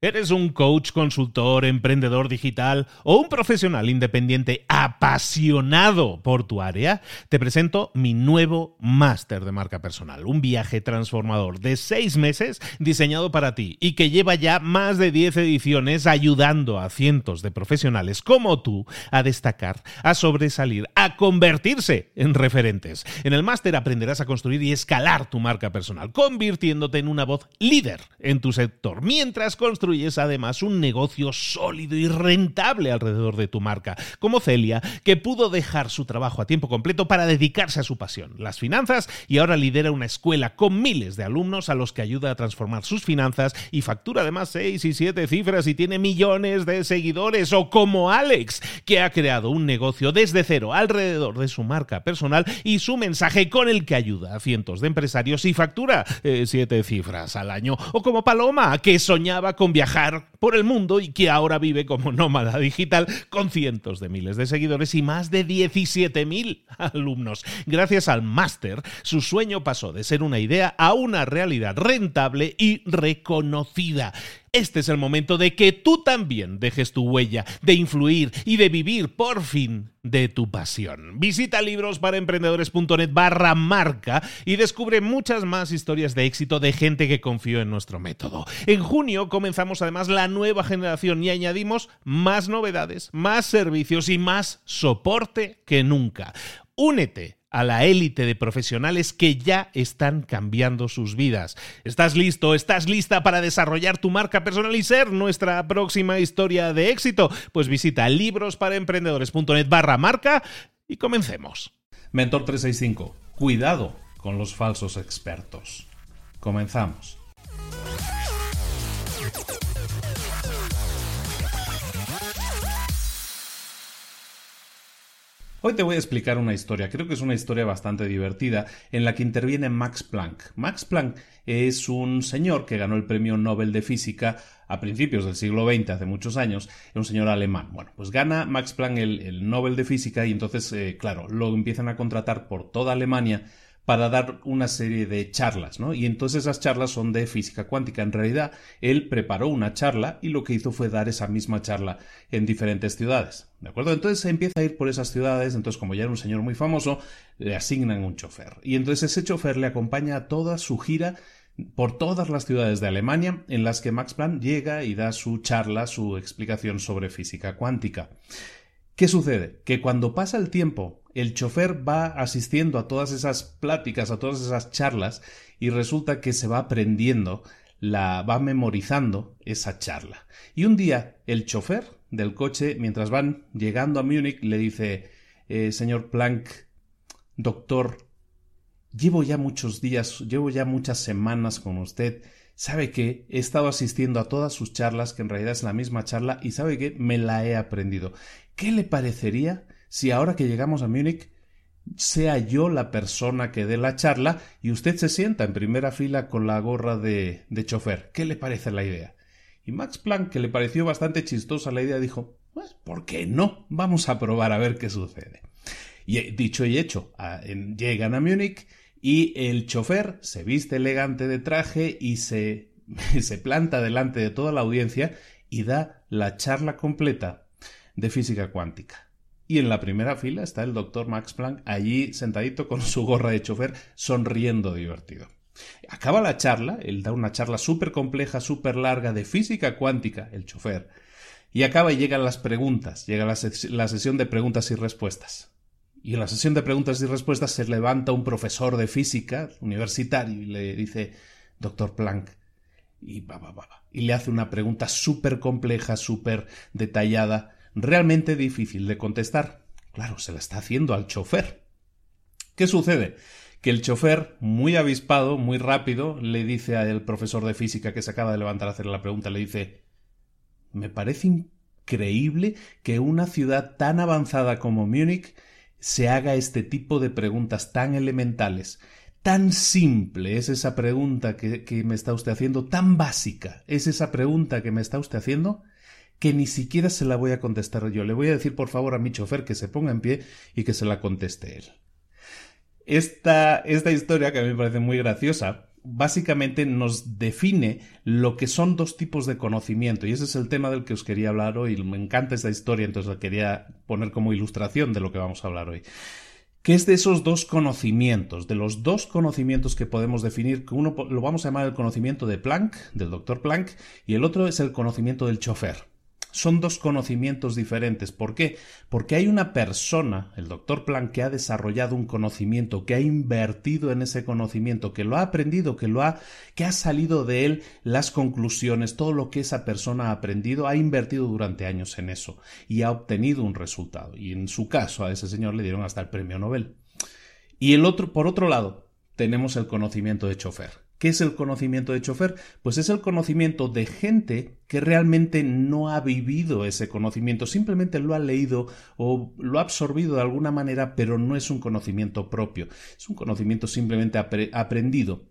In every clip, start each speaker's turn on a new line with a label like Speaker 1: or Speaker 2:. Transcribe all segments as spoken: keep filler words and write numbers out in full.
Speaker 1: ¿Eres un coach, consultor, emprendedor digital o un profesional independiente apasionado por tu área? Te presento mi nuevo máster de marca personal, un viaje transformador de seis meses diseñado para ti y que lleva ya más de diez ediciones ayudando a cientos de profesionales como tú a destacar, a sobresalir, a convertirse en referentes. En el máster aprenderás a construir y escalar tu marca personal, convirtiéndote en una voz líder en tu sector, mientras construyes además un negocio sólido y rentable alrededor de tu marca, como Celia, que pudo dejar su trabajo a tiempo completo para dedicarse a su pasión, las finanzas, y ahora lidera una escuela con miles de alumnos a los que ayuda a transformar sus finanzas y factura además seis y siete cifras y tiene millones de seguidores. O como Alex, que ha creado un negocio desde cero alrededor de su marca personal y su mensaje, con el que ayuda a cientos de empresarios y factura eh, siete cifras al año. O como Paloma, que soñaba con viajar por el mundo y que ahora vive como nómada digital con cientos de miles de seguidores y más de diecisiete mil alumnos. Gracias al máster, su sueño pasó de ser una idea a una realidad rentable y reconocida. Este es el momento de que tú también dejes tu huella, de influir y de vivir por fin de tu pasión. Visita librosparaemprendedores.net barra marca y descubre muchas más historias de éxito de gente que confió en nuestro método. En junio comenzamos además la nueva generación y añadimos más novedades, más servicios y más soporte que nunca. Únete a la élite de profesionales que ya están cambiando sus vidas. ¿Estás listo? ¿Estás lista para desarrollar tu marca personal y ser nuestra próxima historia de éxito? Pues visita librosparaemprendedores.net barra marca y comencemos.
Speaker 2: Mentor trescientos sesenta y cinco. Cuidado con los falsos expertos. Comenzamos. Hoy te voy a explicar una historia, creo que es una historia bastante divertida, en la que interviene Max Planck. Max Planck es un señor que ganó el premio Nobel de Física a principios del siglo veinte, hace muchos años, es un señor alemán. Bueno, pues gana Max Planck el, el Nobel de Física y entonces, eh, claro, lo empiezan a contratar por toda Alemania para dar una serie de charlas, ¿no? Y entonces esas charlas son de física cuántica. En realidad, él preparó una charla y lo que hizo fue dar esa misma charla en diferentes ciudades, ¿de acuerdo? Entonces se empieza a ir por esas ciudades, entonces como ya era un señor muy famoso, le asignan un chofer. Y entonces ese chofer le acompaña a toda su gira por todas las ciudades de Alemania en las que Max Planck llega y da su charla, su explicación sobre física cuántica. ¿Qué sucede? Que cuando pasa el tiempo, el chofer va asistiendo a todas esas pláticas, a todas esas charlas, y resulta que se va aprendiendo, la va memorizando esa charla. Y un día el chofer del coche, mientras van llegando a Múnich, le dice: eh, señor Planck, doctor, llevo ya muchos días, llevo ya muchas semanas con usted. ¿Sabe qué? He estado asistiendo a todas sus charlas, que en realidad es la misma charla, y ¿sabe qué? Me la he aprendido. ¿Qué le parecería si ahora que llegamos a Múnich sea yo la persona que dé la charla y usted se sienta en primera fila con la gorra de, de chofer? ¿Qué le parece la idea? Y Max Planck, que le pareció bastante chistosa la idea, dijo: pues, ¿por qué no? Vamos a probar a ver qué sucede. Y dicho y hecho, a, en, llegan a Múnich y el chofer se viste elegante de traje y se, se planta delante de toda la audiencia y da la charla completa de física cuántica. Y en la primera fila está el doctor Max Planck allí sentadito con su gorra de chofer, sonriendo divertido. Acaba la charla, él da una charla súper compleja, súper larga de física cuántica, el chofer, y acaba y llegan las preguntas, llega la, ses- la sesión de preguntas y respuestas. Y en la sesión de preguntas y respuestas se levanta un profesor de física universitario y le dice: doctor Planck, y, va, va, va, va, y le hace una pregunta súper compleja, súper detallada, realmente difícil de contestar. Claro, se la está haciendo al chofer. ¿Qué sucede? Que el chofer, muy avispado, muy rápido, le dice al profesor de física que se acaba de levantar a hacer la pregunta, le dice: me parece increíble que una ciudad tan avanzada como Múnich se haga este tipo de preguntas tan elementales. Tan simple es esa pregunta que, que me está usted haciendo, tan básica es esa pregunta que me está usted haciendo, que ni siquiera se la voy a contestar yo. Le voy a decir por favor a mi chofer que se ponga en pie y que se la conteste él. Esta, esta historia, que a mí me parece muy graciosa, básicamente nos define lo que son dos tipos de conocimiento, y ese es el tema del que os quería hablar hoy. Me encanta esta historia, entonces la quería poner como ilustración de lo que vamos a hablar hoy. ¿Qué es de esos dos conocimientos? De los dos conocimientos que podemos definir, que uno lo vamos a llamar el conocimiento de Planck, del doctor Planck, y el otro es el conocimiento del chofer. Son dos conocimientos diferentes. ¿Por qué? Porque hay una persona, el doctor Planck, que ha desarrollado un conocimiento, que ha invertido en ese conocimiento, que lo ha aprendido, que lo ha, que ha salido de él las conclusiones, todo lo que esa persona ha aprendido, ha invertido durante años en eso y ha obtenido un resultado. Y en su caso, a ese señor le dieron hasta el premio Nobel. Y el otro, por otro lado, tenemos el conocimiento de chofer. ¿Qué es el conocimiento de chofer? Pues es el conocimiento de gente que realmente no ha vivido ese conocimiento, simplemente lo ha leído o lo ha absorbido de alguna manera, pero no es un conocimiento propio, es un conocimiento simplemente apre- aprendido.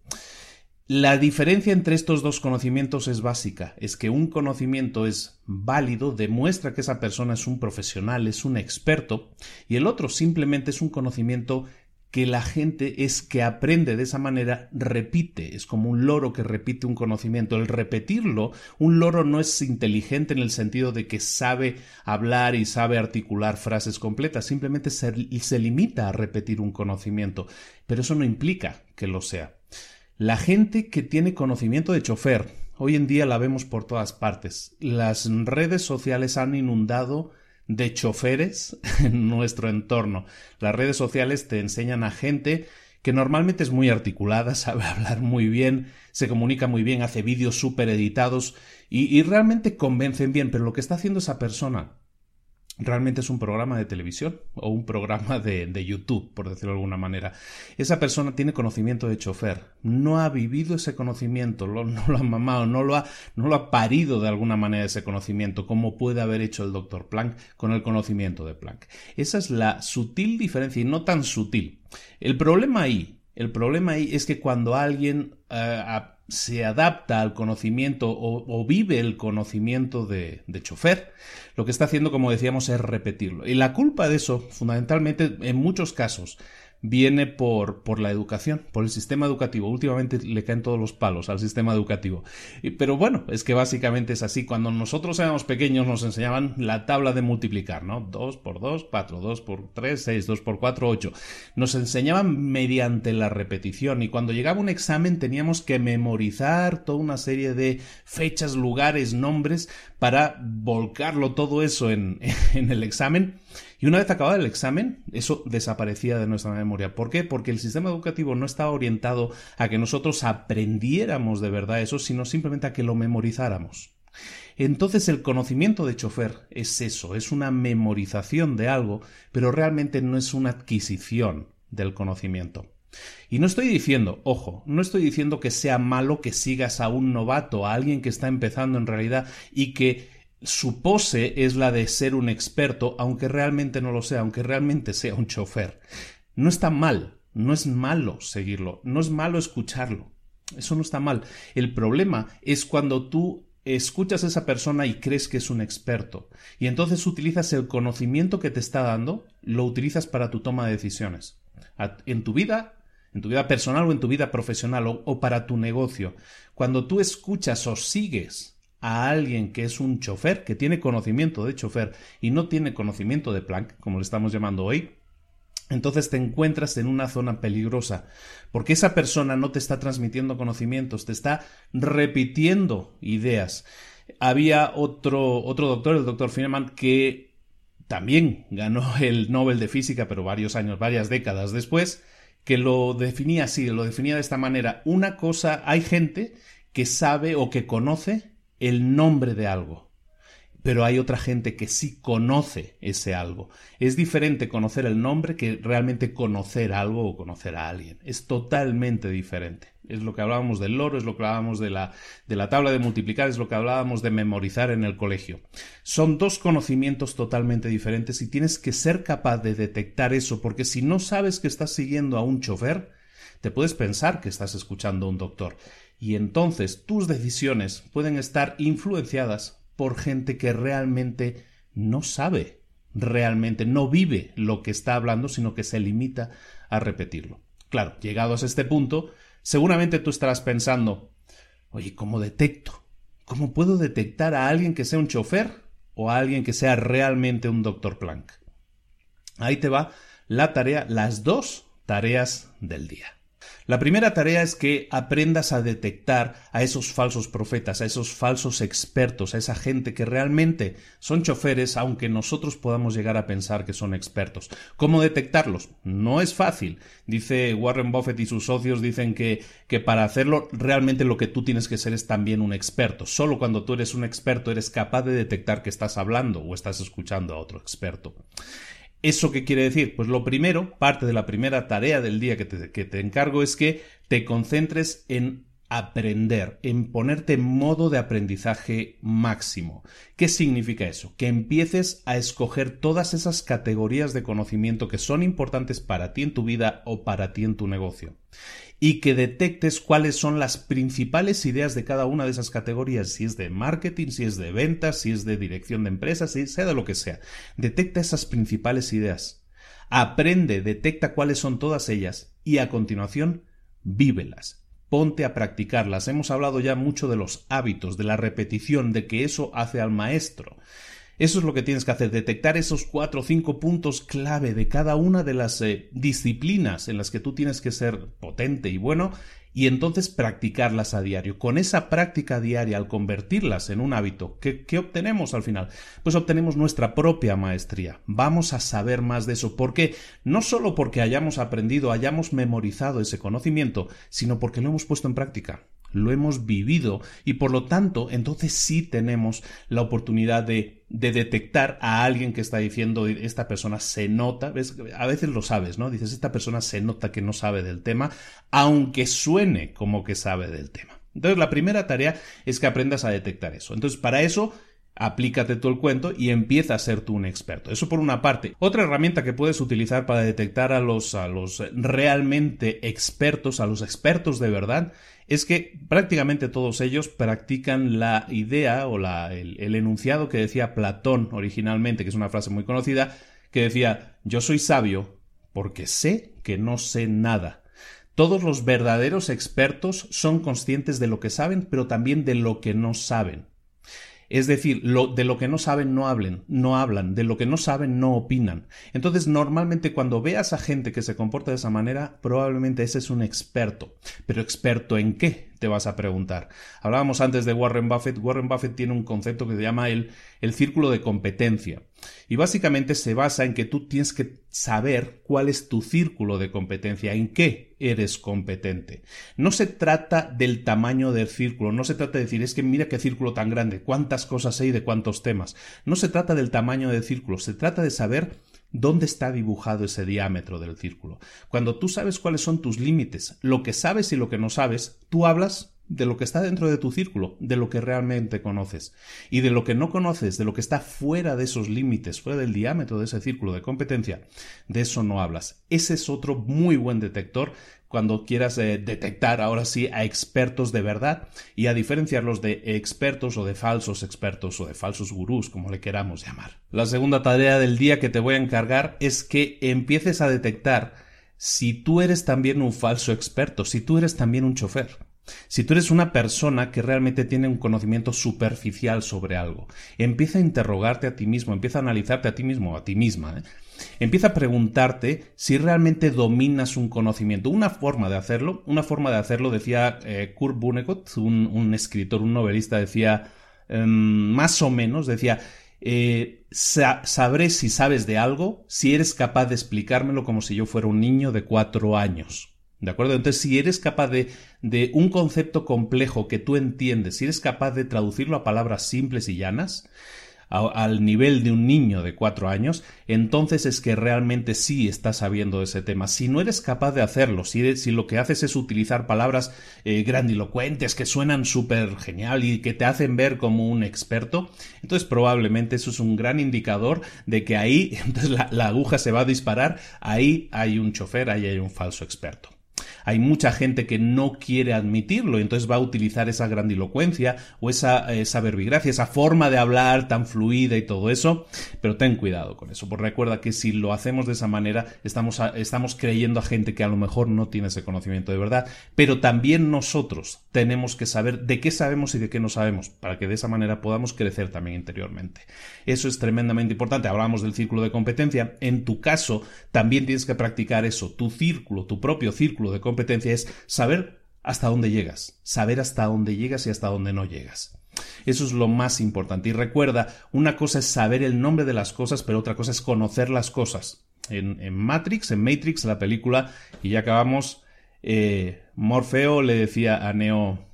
Speaker 2: La diferencia entre estos dos conocimientos es básica, es que un conocimiento es válido, demuestra que esa persona es un profesional, es un experto, y el otro simplemente es un conocimiento que la gente es que aprende de esa manera, repite, es como un loro que repite un conocimiento. El repetirlo, un loro no es inteligente en el sentido de que sabe hablar y sabe articular frases completas, simplemente se, se limita a repetir un conocimiento, pero eso no implica que lo sea. La gente que tiene conocimiento de chofer, hoy en día la vemos por todas partes. Las redes sociales han inundado de choferes en nuestro entorno. Las redes sociales te enseñan a gente que normalmente es muy articulada, sabe hablar muy bien, se comunica muy bien, hace vídeos súper editados y, y realmente convencen bien, pero lo que está haciendo esa persona realmente es un programa de televisión o un programa de, de YouTube, por decirlo de alguna manera. Esa persona tiene conocimiento de chofer, no ha vivido ese conocimiento, lo, no lo ha mamado, no lo ha, no lo ha parido de alguna manera ese conocimiento, como puede haber hecho el doctor Planck con el conocimiento de Planck. Esa es la sutil diferencia, y no tan sutil. El problema ahí, el problema ahí es que cuando alguien uh, a, se adapta al conocimiento o, o vive el conocimiento de, de chofer, lo que está haciendo, como decíamos, es repetirlo. Y la culpa de eso, fundamentalmente, en muchos casos, viene por, por la educación, por el sistema educativo. Últimamente le caen todos los palos al sistema educativo. Pero bueno, es que básicamente es así. Cuando nosotros éramos pequeños nos enseñaban la tabla de multiplicar, ¿no? dos por dos, cuatro, dos por tres, seis, dos por cuatro, ocho. Nos enseñaban mediante la repetición, y cuando llegaba un examen teníamos que memorizar toda una serie de fechas, lugares, nombres para volcarlo todo eso en, en el examen. Y una vez acabado el examen, eso desaparecía de nuestra memoria. ¿Por qué? Porque el sistema educativo no estaba orientado a que nosotros aprendiéramos de verdad eso, sino simplemente a que lo memorizáramos. Entonces el conocimiento de chofer es eso, es una memorización de algo, pero realmente no es una adquisición del conocimiento. Y no estoy diciendo, ojo, no estoy diciendo que sea malo que sigas a un novato, a alguien que está empezando en realidad y que su pose es la de ser un experto, aunque realmente no lo sea, aunque realmente sea un chofer. No está mal, no es malo seguirlo, no es malo escucharlo. Eso no está mal. El problema es cuando tú escuchas a esa persona y crees que es un experto, y entonces utilizas el conocimiento que te está dando, lo utilizas para tu toma de decisiones. En tu vida, en tu vida personal o en tu vida profesional o, o para tu negocio. Cuando tú escuchas o sigues a alguien que es un chofer, que tiene conocimiento de chofer y no tiene conocimiento de Planck, como le estamos llamando hoy, entonces te encuentras en una zona peligrosa, porque esa persona no te está transmitiendo conocimientos, te está repitiendo ideas. Había otro, otro doctor, el doctor Feynman, que también ganó el Nobel de Física, pero varios años, varias décadas después, que lo definía así, lo definía de esta manera. Una cosa, hay gente que sabe o que conoce el nombre de algo, pero hay otra gente que sí conoce ese algo. Es diferente conocer el nombre que realmente conocer algo o conocer a alguien. Es totalmente diferente. Es lo que hablábamos del loro, es lo que hablábamos de la, de la tabla de multiplicar, es lo que hablábamos de memorizar en el colegio. Son dos conocimientos totalmente diferentes y tienes que ser capaz de detectar eso, porque si no sabes que estás siguiendo a un chofer, te puedes pensar que estás escuchando a un doctor. Y entonces tus decisiones pueden estar influenciadas por gente que realmente no sabe, realmente no vive lo que está hablando, sino que se limita a repetirlo. Claro, llegados a este punto, Seguramente tú estarás pensando, oye, ¿cómo detecto? ¿Cómo puedo detectar a alguien que sea un chofer o a alguien que sea realmente un doctor Planck? Ahí te va la tarea, las dos tareas del día. La primera tarea es que aprendas a detectar a esos falsos profetas, a esos falsos expertos, a esa gente que realmente son choferes, aunque nosotros podamos llegar a pensar que son expertos. ¿Cómo detectarlos? No es fácil. Dice Warren Buffett y sus socios dicen que, que para hacerlo realmente lo que tú tienes que ser es también un experto. Solo cuando tú eres un experto eres capaz de detectar que estás hablando o estás escuchando a otro experto. ¿Eso qué quiere decir? Pues lo primero, parte de la primera tarea del día que te, que te encargo es que te concentres en aprender, en ponerte en modo de aprendizaje máximo. ¿Qué significa eso? Que empieces a escoger todas esas categorías de conocimiento que son importantes para ti en tu vida o para ti en tu negocio. Y que detectes cuáles son las principales ideas de cada una de esas categorías, si es de marketing, si es de ventas, si es de dirección de empresas, si sea de lo que sea. Detecta esas principales ideas. Aprende, detecta cuáles son todas ellas y a continuación vívelas. Ponte a practicarlas. Hemos hablado ya mucho de los hábitos, de la repetición, de que eso hace al maestro. Eso es lo que tienes que hacer, detectar esos cuatro o cinco puntos clave de cada una de las eh, disciplinas en las que tú tienes que ser potente y bueno, y entonces practicarlas a diario. Con esa práctica diaria, al convertirlas en un hábito, ¿qué, qué obtenemos al final? Pues obtenemos nuestra propia maestría. Vamos a saber más de eso. ¿Por qué? No solo porque hayamos aprendido, hayamos memorizado ese conocimiento, sino porque lo hemos puesto en práctica. Lo hemos vivido y por lo tanto entonces sí tenemos la oportunidad de, de detectar a alguien que está diciendo esta persona se nota, ¿ves? A veces lo sabes, ¿no? Dices esta persona se nota que no sabe del tema, aunque suene como que sabe del tema. Entonces la primera tarea es que aprendas a detectar eso. Entonces para eso aplícate tú el cuento y empieza a ser tú un experto. Eso por una parte. Otra herramienta que puedes utilizar para detectar a los, a los realmente expertos, a los expertos de verdad, es que prácticamente todos ellos practican la idea o la, el, el enunciado que decía Platón originalmente, que es una frase muy conocida, que decía: yo soy sabio porque sé que no sé nada. Todos los verdaderos expertos son conscientes de lo que saben, pero también de lo que no saben. Es decir, lo, de lo que no saben no hablen, no hablan, de lo que no saben no opinan. Entonces, normalmente cuando veas a gente que se comporta de esa manera, probablemente ese es un experto. ¿Pero experto en qué? Te vas a preguntar. Hablábamos antes de Warren Buffett. Warren Buffett tiene un concepto que se llama el, el círculo de competencia. Y básicamente se basa en que tú tienes que saber cuál es tu círculo de competencia, en qué eres competente. No se trata del tamaño del círculo, no se trata de decir, es que mira qué círculo tan grande, cuántas cosas hay de cuántos temas. No se trata del tamaño del círculo, se trata de saber ¿dónde está dibujado ese diámetro del círculo? Cuando tú sabes cuáles son tus límites, lo que sabes y lo que no sabes, tú hablas de lo que está dentro de tu círculo, de lo que realmente conoces. Y de lo que no conoces, de lo que está fuera de esos límites, fuera del diámetro de ese círculo de competencia, de eso no hablas. Ese es otro muy buen detector cuando quieras eh, detectar ahora sí a expertos de verdad y a diferenciarlos de expertos o de falsos expertos o de falsos gurús, como le queramos llamar. La segunda tarea del día que te voy a encargar es que empieces a detectar si tú eres también un falso experto, si tú eres también un chofer. Si tú eres una persona que realmente tiene un conocimiento superficial sobre algo, empieza a interrogarte a ti mismo, empieza a analizarte a ti mismo o a ti misma, ¿eh? Empieza a preguntarte si realmente dominas un conocimiento. Una forma de hacerlo, una forma de hacerlo decía eh, Kurt Vonnegut, un, un escritor, un novelista, decía eh, más o menos, decía eh, sa- sabré si sabes de algo si eres capaz de explicármelo como si yo fuera un niño de cuatro años. ¿De acuerdo? Entonces, si eres capaz de, de un concepto complejo que tú entiendes, si eres capaz de traducirlo a palabras simples y llanas, a, al nivel de un niño de cuatro años, entonces es que realmente sí estás sabiendo ese tema. Si no eres capaz de hacerlo, si, eres, si lo que haces es utilizar palabras eh, grandilocuentes que suenan súper genial y que te hacen ver como un experto, entonces probablemente eso es un gran indicador de que ahí entonces la, la aguja se va a disparar, ahí hay un chofer, ahí hay un falso experto. Hay mucha gente que no quiere admitirlo y entonces va a utilizar esa grandilocuencia o esa, esa verbigracia, esa forma de hablar tan fluida y todo eso, pero ten cuidado con eso, porque recuerda que si lo hacemos de esa manera estamos, a, estamos creyendo a gente que a lo mejor no tiene ese conocimiento de verdad, pero también nosotros tenemos que saber de qué sabemos y de qué no sabemos, para que de esa manera podamos crecer también interiormente. Eso es tremendamente importante. Hablamos del círculo de competencia. En tu caso, también tienes que practicar eso. Tu círculo, tu propio círculo de competencia es saber hasta dónde llegas, saber hasta dónde llegas y hasta dónde no llegas. Eso es lo más importante. Y recuerda, una cosa es saber el nombre de las cosas, pero otra cosa es conocer las cosas. En, en Matrix, en Matrix, la película, y ya acabamos, eh, Morfeo le decía a Neo,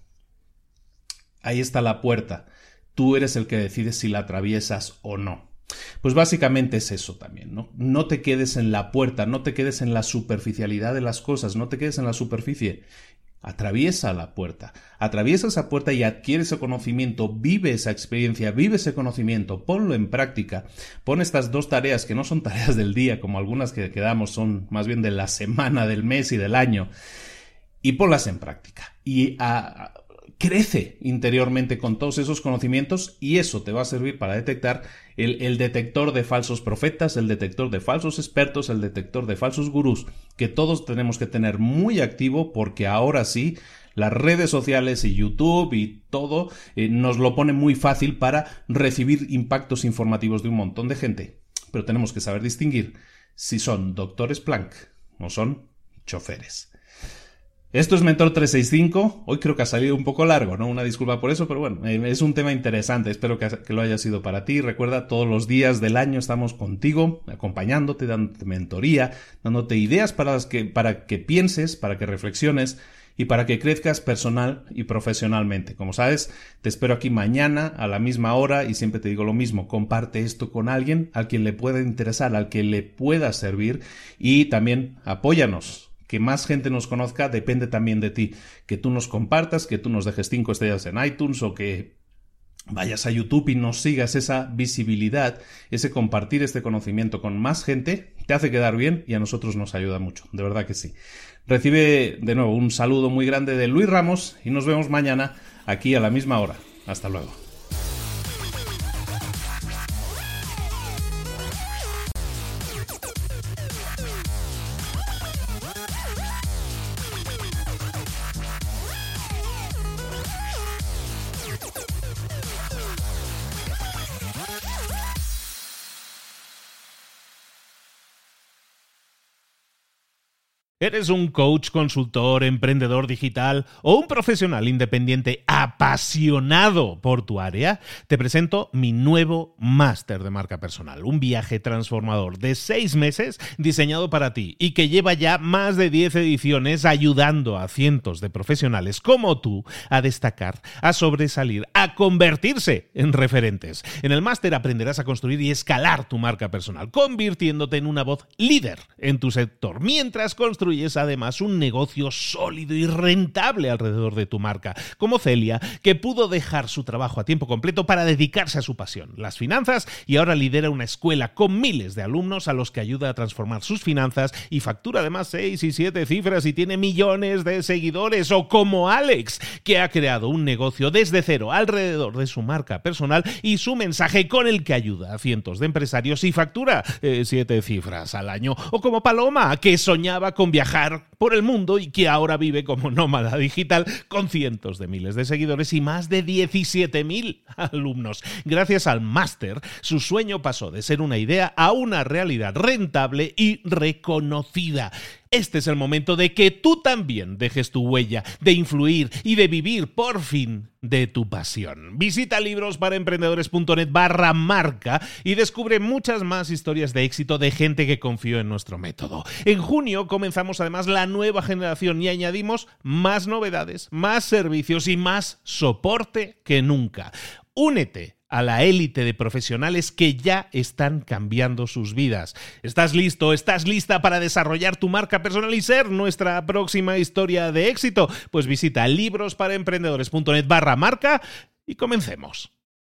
Speaker 2: ahí está la puerta, tú eres el que decides si la atraviesas o no. Pues básicamente es eso también, ¿no? No te quedes en la puerta, no te quedes en la superficialidad de las cosas, no te quedes en la superficie. Atraviesa la puerta, atraviesa esa puerta y adquiere ese conocimiento, vive esa experiencia, vive ese conocimiento, ponlo en práctica, pon estas dos tareas que no son tareas del día como algunas que quedamos, son más bien de la semana, del mes y del año, y ponlas en práctica y a, a, crece interiormente con todos esos conocimientos y eso te va a servir para detectar el, el detector de falsos profetas, el detector de falsos expertos, el detector de falsos gurús, que todos tenemos que tener muy activo porque ahora sí, las redes sociales y YouTube y todo eh, nos lo pone muy fácil para recibir impactos informativos de un montón de gente. Pero tenemos que saber distinguir si son doctores Planck o son choferes. Esto es Mentor trescientos sesenta y cinco, hoy creo que ha salido un poco largo, ¿no? Una disculpa por eso, pero bueno, es un tema interesante, espero que, que lo haya sido para ti. Recuerda, todos los días del año estamos contigo, acompañándote, dándote mentoría, dándote ideas para, las que, para que pienses, para que reflexiones y para que crezcas personal y profesionalmente. Como sabes, te espero aquí mañana a la misma hora y siempre te digo lo mismo, comparte esto con alguien al quien le pueda interesar, al que le pueda servir y también apóyanos. Que más gente nos conozca depende también de ti. Que tú nos compartas, que tú nos dejes cinco estrellas en iTunes o que vayas a YouTube y nos sigas. Esa visibilidad, ese compartir este conocimiento con más gente, te hace quedar bien y a nosotros nos ayuda mucho. De verdad que sí. Recibe de nuevo un saludo muy grande de Luis Ramos y nos vemos mañana aquí a la misma hora. Hasta luego.
Speaker 1: ¿Eres un coach, consultor, emprendedor digital o un profesional independiente apasionado por tu área? Te presento mi nuevo máster de marca personal, un viaje transformador de seis meses diseñado para ti y que lleva ya más de diez ediciones ayudando a cientos de profesionales como tú a destacar, a sobresalir, a convertirse en referentes. En el máster aprenderás a construir y escalar tu marca personal, convirtiéndote en una voz líder en tu sector, mientras construyes además un negocio sólido y rentable alrededor de tu marca, como Celia, que pudo dejar su trabajo a tiempo completo para dedicarse a su pasión, las finanzas, y ahora lidera una escuela con miles de alumnos a los que ayuda a transformar sus finanzas y factura además seis y siete cifras y tiene millones de seguidores, o como Alex, que ha creado un negocio desde cero alrededor de su marca personal y su mensaje con el que ayuda a cientos de empresarios y factura eh, siete cifras al año, o como Paloma, que soñaba con viajar por el mundo y que ahora vive como nómada digital con cientos de miles de seguidores y más de diecisiete mil alumnos. Gracias al máster, su sueño pasó de ser una idea a una realidad rentable y reconocida. Este es el momento de que tú también dejes tu huella, de influir y de vivir por fin de tu pasión. Visita librosparaemprendedores.net barra marca y descubre muchas más historias de éxito de gente que confió en nuestro método. En junio comenzamos además la nueva generación y añadimos más novedades, más servicios y más soporte que nunca. Únete a la élite de profesionales que ya están cambiando sus vidas. ¿Estás listo? ¿Estás lista para desarrollar tu marca personal y ser nuestra próxima historia de éxito? Pues visita librosparaemprendedores.net barra marca y comencemos.